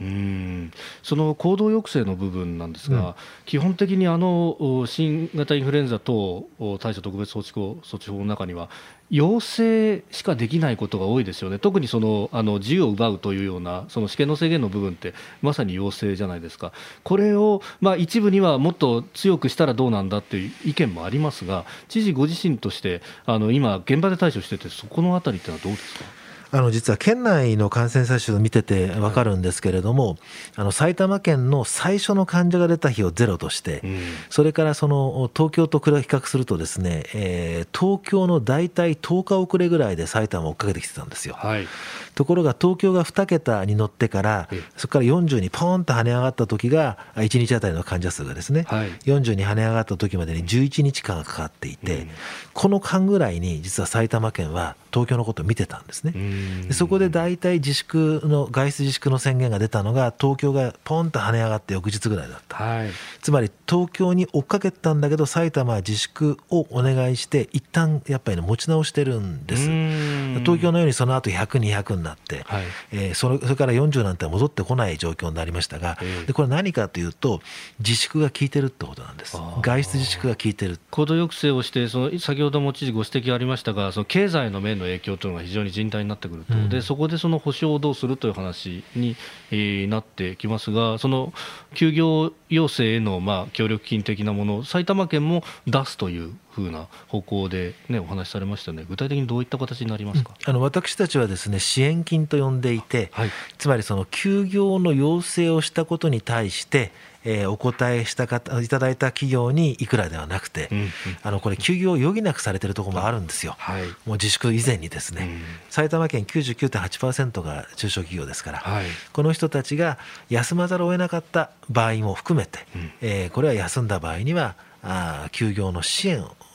その行動抑制の部分なんですが、うん、基本的にあの新型インフルエンザ等対処特別措置法、措置法の中には要請しかできないことが多いですよね。特にそのあの自由を奪うというようなその私権の制限の部分ってまさに要請じゃないですか。これを、まあ、一部にはもっと強くしたらどうなんだっていう意見もありますが、知事ご自身としてあの今現場で対処しててそこのあたりってのはどうですか？ あの実は県内の感染者数を見てて分かるんですけれども、はい、あの埼玉県の最初の患者が出た日をゼロとして、うん、それからその東京と比較するとですね、えー、東京の大体とおか遅れぐらいで埼玉を追っかけてきてたんですよ、はい、ところが東京がに桁に乗ってからそこからよんじゅうにポーンと跳ね上がった時がいちにちあたりの患者数がですね、はい、よんじゅうに跳ね上がった時までにじゅういちにちかんがかかっていて、うん、この間ぐらいに実は埼玉県は東京のことを見てたんですね。でそこで大体自粛の外出自粛の宣言が出たのが東京がポンと跳ね上がって翌日ぐらいだった、はい、つまり東京に追っかけたんだけど埼玉は自粛をお願いして一旦やっぱり、ね、持ち直してるんです。東京のようにその後ひゃく、にひゃくになって、はい、えー、それ、それからよんじゅうなんて戻ってこない状況になりましたが、えー、でこれ何かというと自粛が効いてるってことなんです。外出自粛が効いてる。 行動抑制をしてその先ほども知事ご指摘ありましたがその経済の面の影響というのが非常に甚大になってくると、うん、でそこでその保証をどうするという話に、えー、なってきますがその休業要請への、まあ、協力金的なものを埼玉県も出すというふうな方向で、ね、お話しされましたね。具体的にどういった形になりますか？ うん、あの私たちはですね支援金と呼んでいて、はい、つまりその休業の要請をしたことに対してえー、お答えした方いただいた企業にいくらではなくて、うんうん、あのこれ休業を余儀なくされているところもあるんですよ、はい、もう自粛以前にですね、うん、埼玉県 きゅうじゅうきゅうてんはちパーセント が中小企業ですから、はい、この人たちが休まざるを得なかった場合も含めて、うん、えー、これは休んだ場合にはあ休業の支援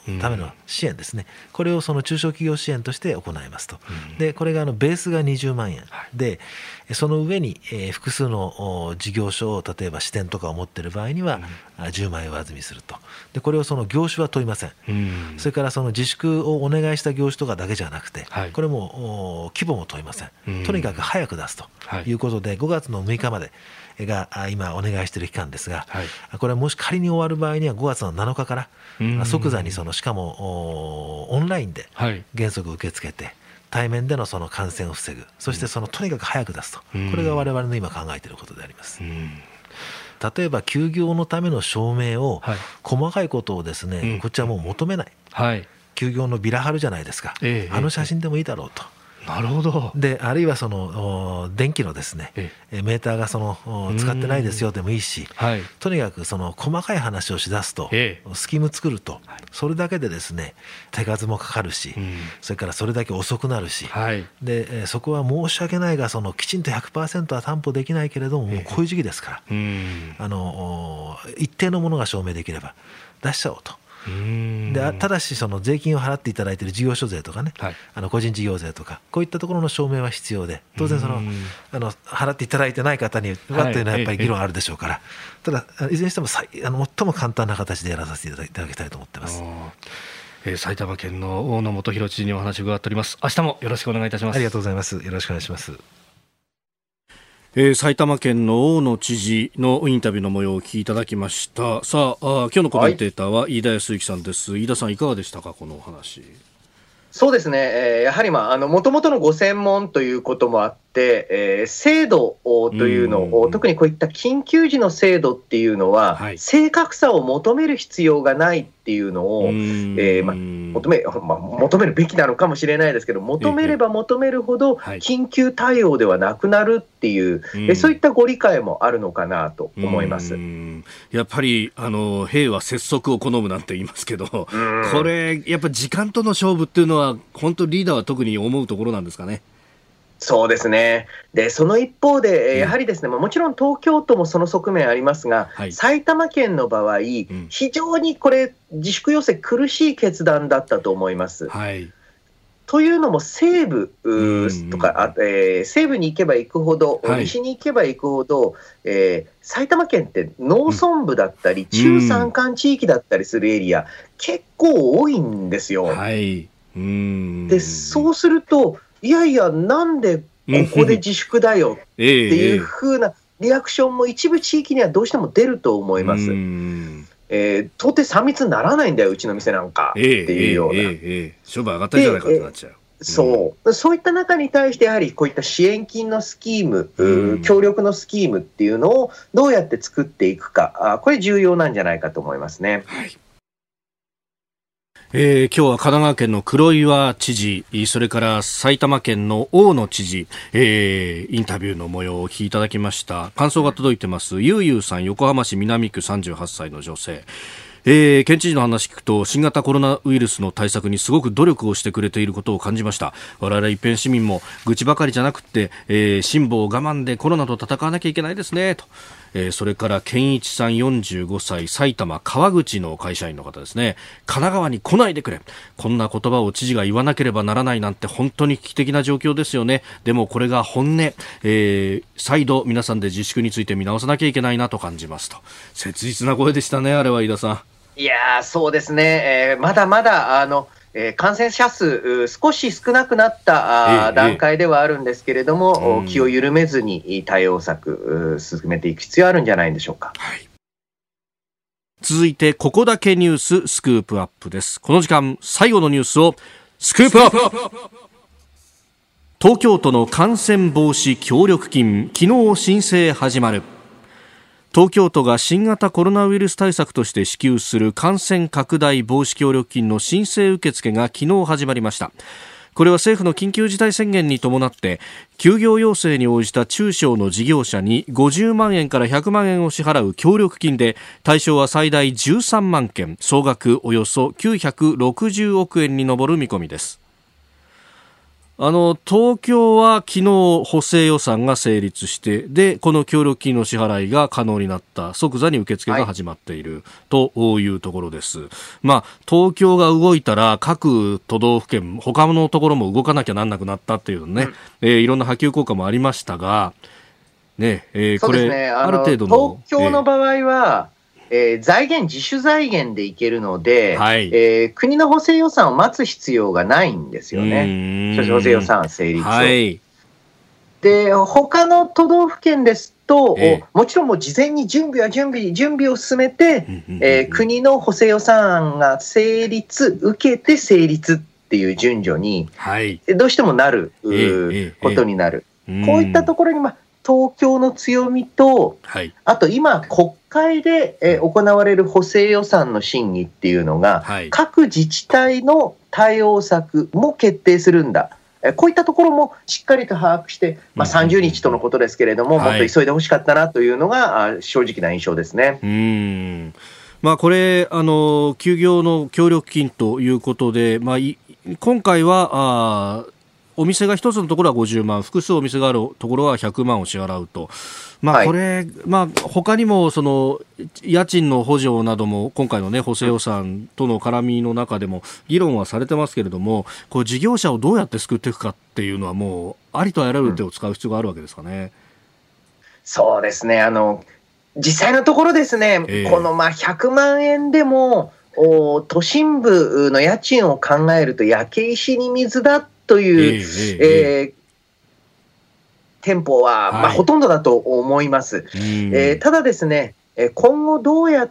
ための支援ですね、これをその中小企業支援として行いますと。でこれがあのベースがにじゅうまんえんで、その上にえー複数の事業所を例えば支店とかを持っている場合にはじゅうまんえん上積みすると。でこれをその業種は問いません。それからその自粛をお願いした業種とかだけじゃなくて、これも規模も問いません。とにかく早く出すということで、ごがつのむいかまでが今お願いしている期間ですが、これはもし仮に終わる場合にはごがつのなのかから即座にそのしかもオンラインで原則受け付けて、対面でのその感染を防ぐ、そしてそのとにかく早く出すと、これが我々の今考えていることであります。例えば休業のための証明を、細かいことをですね、こっちはもう求めない、はい、休業のビラ貼るじゃないですか、ええ、あの写真でもいいだろうと。 なるほど。 であるいはその電気のですね、ええ、メーターがその使ってないですよでもいいし、はい、とにかくその細かい話をしだすと、ええ、スキーム作ると、はい、それだけでですね手数もかかるし、うん、それからそれだけ遅くなるし、はい、でそこは申し訳ないがそのきちんと ひゃくパーセント は担保できないけれども、もうこういう時期ですから、ええ、あの一定のものが証明できれば出しちゃおうと。でただしその税金を払っていただいている事業所税とかね、はい、あの個人事業税とかこういったところの証明は必要で、当然そのあの払っていただいてない方にはというのはやっぱり議論あるでしょうから、はい、ただいずれにしてもあの最も簡単な形でやらさせていただきたいと思っています。 えー、埼玉県の大野元弘知事にお話を伺っております。明日もよろしくお願いいたします。 ありがとうございます。よろしくお願いします。 えー、埼玉県の大野知事のインタビューの模様をお聞きいただきました。さあ、あ今日のコメンテーターは飯田康之さんです。はい、飯田さんいかがでしたか、このお話。 そうですね、えー、やはりもともとのご専門ということもあって、えー、制度というのを、特にこういった緊急時の制度っていうのは、はい、正確さを求める必要がないっていうのを、えーま、求め、ま、求めるべきなのかもしれないですけど、求めれば求めるほど緊急対応ではなくなるっていう、はい、えそういったご理解もあるのかなと思います。 やっぱりあの兵は拙速を好むなんて言いますけど、これやっぱ時間との勝負っていうのは本当リーダーは特に思うところなんですかね。 そうですね。で、その一方で、やはりですね、うん、もちろん東京都もその側面ありますが、はい、埼玉県の場合、うん、非常にこれ、自粛要請苦しい決断だったと思います。はい、というのも西部とか、あえー、西部に行けば行くほど、はい、西に行けば行くほど、えー、埼玉県って農村部だったり、うん、中山間地域だったりするエリア、結構多いんですよ。はい、うんでそうすると、いやいや、なんでここで自粛だよっていう風なリアクションも一部地域にはどうしても出ると思います。えー、到底さん密にならないんだよ、うちの店なんかっていうような。えーえーえー、商売上がったんじゃないかってなっちゃう。そう、そういった中に対してやはりこういった支援金のスキーム、うん、協力のスキームっていうのをどうやって作っていくか、あこれ重要なんじゃないかと思いますね。はい、 えー、今日は神奈川県の黒岩知事、それから埼玉県の大野知事、えー、インタビューの模様をお聞きいただきました。感想が届いてます。ゆうゆうさん、横浜市南区さんじゅうはっさいの女性。えー、県知事の話聞くと新型コロナウイルスの対策にすごく努力をしてくれていることを感じました。我々一般市民も愚痴ばかりじゃなくて、えー、辛抱我慢でコロナと戦わなきゃいけないですねと、えー、それから健一さんよんじゅうごさい、埼玉川口の会社員の方ですね。神奈川に来ないでくれ、こんな言葉を知事が言わなければならないなんて本当に危機的な状況ですよね。でもこれが本音、えー、再度皆さんで自粛について見直さなきゃいけないなと感じますと。切実な声でしたね、あれは。飯田さん。 いやー、そうですね、えー、まだまだあの、えー、感染者数少し少なくなったあ、ええ、段階ではあるんですけれども、うん、気を緩めずに対応策進めていく必要あるんじゃないでしょうか。はい、 続いてここだけニューススクープアップです。この時間最後のニュースをスクープアップ。東京都の感染防止協力金、昨日申請始まる。東京都が新型コロナウイルス対策として支給する感染拡大防止協力金の申請受付が昨日始まりました。これは政府の緊急事態宣言に伴って休業要請に応じた中小の事業者にごじゅうまんえんからひゃくまんえんを支払う協力金で、対象は最大じゅうさんまんけん、総額およそきゅうひゃくろくじゅうおくえんに上る見込みです。ああの東京は昨日補正予算が成立してでこの協力金の支払いが可能になった即座に受付が始まっている、はい、というところです。まあ、東京が動いたら各都道府県他のところも動かなきゃなんなくなったっていうね、うんえー、いろんな波及効果もありましたが、ねえー、これ、ね、ある程度の東京の場合は、えーえー、財源自主財源でいけるので、はいえー、国の補正予算を待つ必要がないんですよね。補正予算成立を、はい、で他の都道府県ですと、えー、もちろんもう事前に準備は準備準備を進めて、えー、国の補正予算案が成立受けて成立っていう順序に、はい、どうしてもなる、えー、ことになる、えーえー、こういったところに、まあ東京の強みと、はい、あと今国会で、えー、行われる補正予算の審議っていうのが、はい、各自治体の対応策も決定するんだ、えー、こういったところもしっかりと把握して、まあ、さんじゅうにちとのことですけれども、うん、もっと急いでほしかったなというのが、はい、正直な印象ですね。 うーんまあ、これあの休業の協力金ということで、まあ、い今回はあお店が一つのところはごじゅうまん、複数お店があるところはひゃくまんを支払うと、まあこれ、はい、まあ他にもその家賃の補助なども今回のね補正予算との絡みの中でも議論はされてますけれども、こう事業者をどうやって救っていくかっていうのはもうありとあらゆる手を使う必要があるわけですかね。うん、 そうですね。あの実際のところですね、えー、このまあひゃくまんえんでも都心部の家賃を考えると焼け石に水だという、えーえー、店舗は、はいまあ、ほとんどだと思います、えー、ただですね今後どうやって、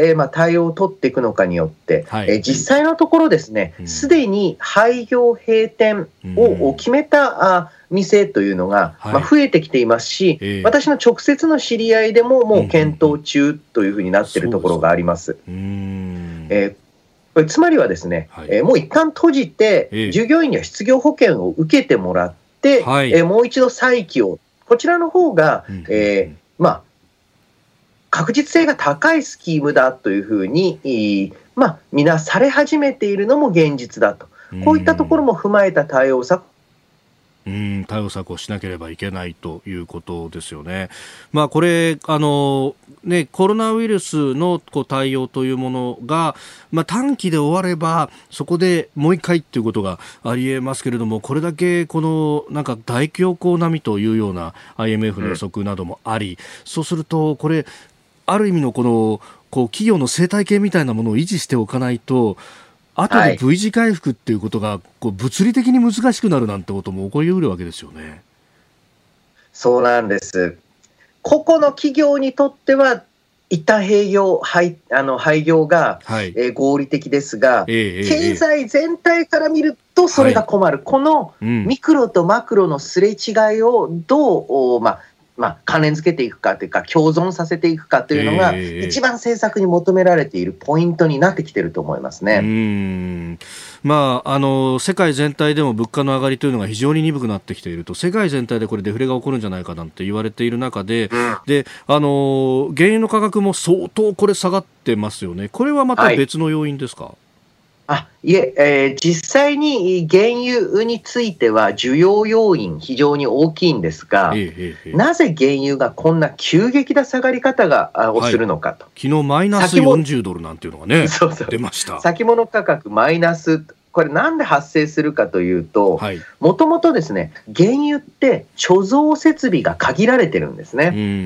えーまあ、対応を取っていくのかによって、はいえー、実際のところですねすで、に廃業閉店を決めたあ店というのが、はいまあ、増えてきていますし、えー、私の直接の知り合いでももう検討中というふうになっているところがあります。うーんえーこれつまりはですね、はいえー、もう一旦閉じて、えー、従業員には失業保険を受けてもらって、はいえー、もう一度再起を、こちらの方が、うんえーまあ、確実性が高いスキームだというふうに、まあ、みなされ始めているのも現実だと、こういったところも踏まえた対応策うん対応策をしなければいけないということですよね。まあ、これあの、ね、コロナウイルスのこう対応というものが、まあ、短期で終わればそこでもう一回ということがありえますけれども、これだけこのなんか大恐慌並みというような アイエムエフ の予測などもあり、うん、そうするとこれある意味のこのこう企業の生態系みたいなものを維持しておかないと後で V 字回復っていうことがこう物理的に難しくなるなんてことも起こりうるわけですよね。 そうなんです。個々の企業にとっては一旦閉業廃あの廃業が、はいえー、合理的ですが、えー、経済全体から見るとそれが困る、はい、このミクロとマクロのすれ違いをどう、まあまあ、関連付けていくかというか共存させていくかというのが、えー、一番政策に求められているポイントになってきていると思いますね。 うーん、まあ、あの世界全体でも物価の上がりというのが非常に鈍くなってきていると、世界全体でこれデフレが起こるんじゃないかなんて言われている中で、うん、であの原油の価格も相当これ下がってますよね。これはまた別の要因ですか？はいあいええー、実際に原油については需要要因非常に大きいんですが、ええええ、なぜ原油がこんな急激な下がり方がをするのかと、 はい、昨日マイナスよんじゅうドルなんていうのがねそうそう出ました。 先物価格マイナス、これなんで発生するかというと、もともとですね原油って貯蔵設備が限られてるんですね。うんうんうんうん、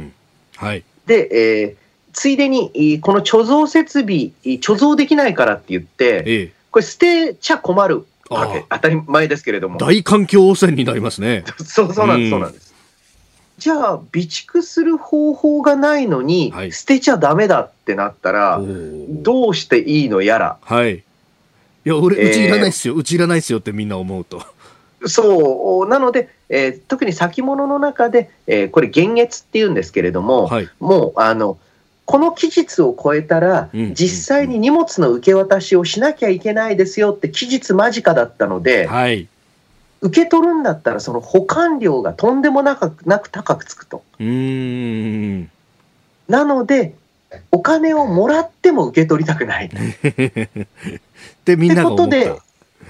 はい、で、えーついでにこの貯蔵設備貯蔵できないからって言って、ええ、これ捨てちゃ困るわけ当たり前ですけれども、 大環境汚染になりますね。 そうそうなんです、そうなんです。じゃあ備蓄する方法がないのに、はい、捨てちゃダメだってなったらどうしていいのやら、 はい、いや俺、うちいらないっすよ、えー、うちいらないっすよってみんな思うと、 そうなので、えー、特に先物の中で、えー、これ現月っていうんですけれども、はい、もうあのこの期日を超えたら実際に荷物の受け渡しをしなきゃいけないですよって期日間近だったので、はい、受け取るんだったらその保管料がとんでもなくなく高くつくと。うーんなのでお金をもらっても受け取りたくないってみんなが思った。 ってことで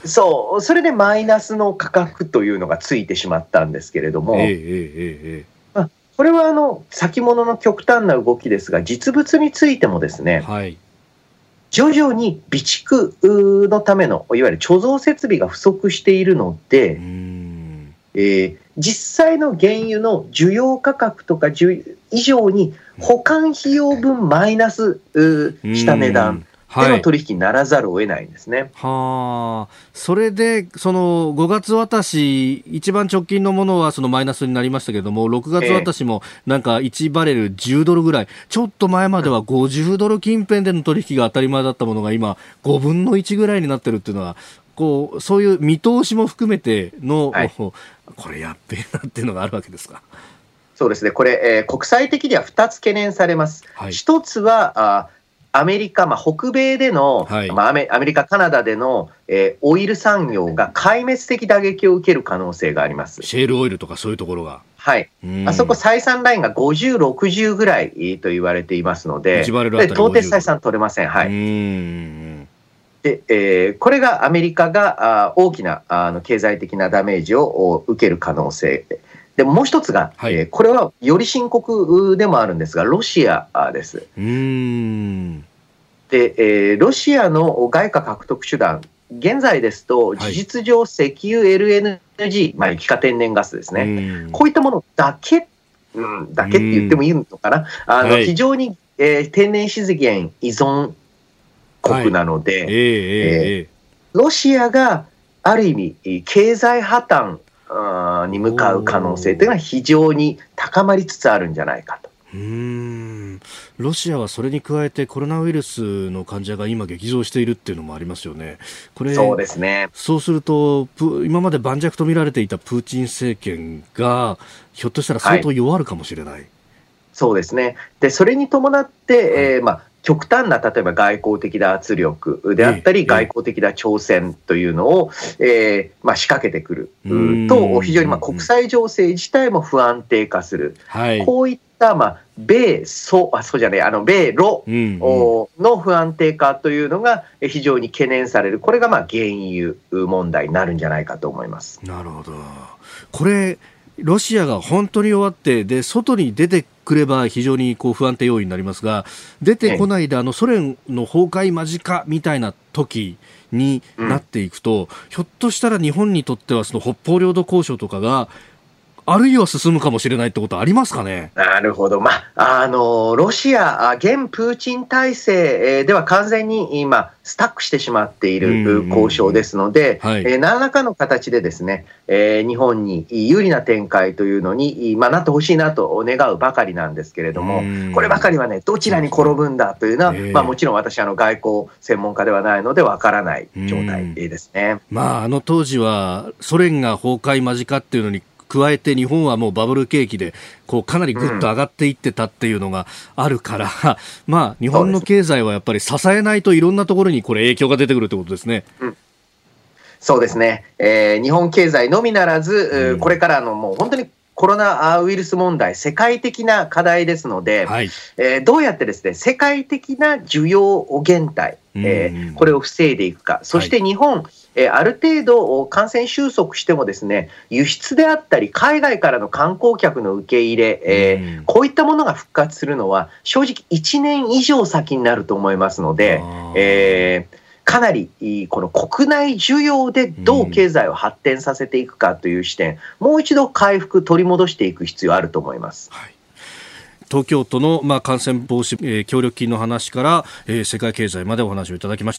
そう、それでマイナスの価格というのがついてしまったんですけれども、えーえーえーまあ、これはあの先物の極端な動きですが、実物についてもですね、はい、徐々に備蓄のためのいわゆる貯蔵設備が不足しているので、うーん、えー、実際の原油の需要価格とか以上に保管費用分マイナスした値段での取引にならざるを得ないんですね。 はあ、それでそのごがつ渡し、一番直近のものはそのマイナスになりましたけれども、ろくがつ渡しもなんかいちバレルじゅうドルぐらい、ちょっと前まではごじゅうドル近辺での取引が当たり前だったものが今ごぶんのいちぐらいになってるっていうのは、こうそういう見通しも含めての、はい、これやっべえなっていうのがあるわけですか。 そうですね、これ、えー、国際的にはふたつ懸念されます。はい、ひとつはあアメリカ、まあ、北米での、はい、まあ、アメ、アメリカ、カナダでの、えー、オイル産業が壊滅的打撃を受ける可能性があります。 シェールオイルとかそういうところが。 はい。あそこ採算ラインがごじゅう、ろくじゅうぐらいと言われていますので、 で到底採算取れません。はい。うんでえー、これがアメリカがあ大きなあの経済的なダメージを受ける可能性で、もう一つが、はい、えー、これはより深刻でもあるんですが、ロシアです。うーんで、えー、ロシアの外貨獲得手段、現在ですと事実上石油、エルエヌジー、まあ、液化天然ガスですね、こういったものだけ、うん、だけって言ってもいいのかな、あの、はい、非常に、えー、天然資源依存国なので、はい、えーえー、ロシアがある意味経済破綻に向かう可能性というのは非常に高まりつつあるんじゃないかと。 うーん、ロシアはそれに加えてコロナウイルスの患者が今激増しているっていうのもありますよね。これそうですね。 そうすると今まで盤石と見られていたプーチン政権がひょっとしたら相当弱るかもしれない、はい、 そうですね。でそれに伴って、はい、えーまあ極端な例えば外交的な圧力であったり、ええ、外交的な挑戦というのを、えーまあ、仕掛けてくると、非常にまあ国際情勢自体も不安定化する、はい、こういったまあ米ソあそうじゃねあの米ロの不安定化というのが非常に懸念される、これがまあ原油問題になるんじゃないかと思います。 なるほど。これロシアが本当に弱ってで外に出てくれば非常にこう不安定要因になりますが、出てこないであのソ連の崩壊間近みたいな時になっていくと、うん、ひょっとしたら日本にとってはその北方領土交渉とかがあるいは進むかもしれないってことはありますかね。 なるほど。まあ、あのロシア現プーチン体制では完全に今スタックしてしまっている交渉ですので、はい、えー、何らかの形でですね、えー、日本に有利な展開というのに、まあ、なってほしいなと願うばかりなんですけれども、こればかりはねどちらに転ぶんだというのは、えーまあ、もちろん私あの外交専門家ではないのでわからない状態ですね。 まあ、あの当時はソ連が崩壊間近っていうのに加えて日本はもうバブル景気でこうかなりぐっと上がっていってたっていうのがあるから、うん、まあ日本の経済はやっぱり支えないといろんなところにこれ影響が出てくるってことですね。 うん、そうですね、えー、日本経済のみならず、うん、これからのもう本当にコロナウイルス問題世界的な課題ですので、はい、えー、どうやってですね世界的な需要減退、えー、これを防いでいくか、そして日本、はい、えー、ある程度感染収束してもですね輸出であったり海外からの観光客の受け入れ、えー、こういったものが復活するのは正直いちねん以上先になると思いますので、えーかなりこの国内需要でどう経済を発展させていくかという視点、うん、もう一度回復取り戻していく必要あると思います。はい、 東京都の、まあ、感染防止、えー、協力金の話から、えー、世界経済までお話をいただきました。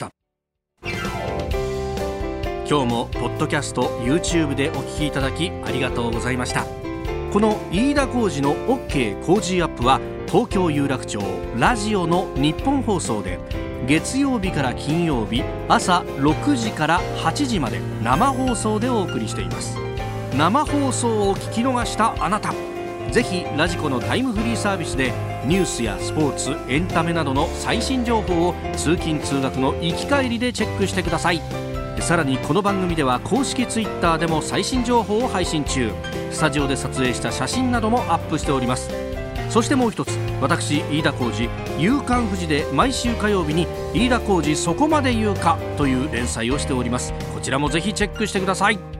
今日もポッドキャスト YouTube でお聞きいただきありがとうございました。この飯田浩司の OK 工事アップは東京有楽町ラジオの日本放送で月曜日から金曜日朝ろくじからはちじまで生放送でお送りしています。生放送を聞き逃したあなた、ぜひラジコのタイムフリーサービスでニュースやスポーツエンタメなどの最新情報を通勤通学の行き帰りでチェックしてください。さらにこの番組では公式ツイッターでも最新情報を配信中、スタジオで撮影した写真などもアップしております。そしてもう一つ、 私飯田浩司、夕刊フジで毎週火曜日に飯田浩司そこまで言うかという連載をしております。こちらもぜひチェックしてください。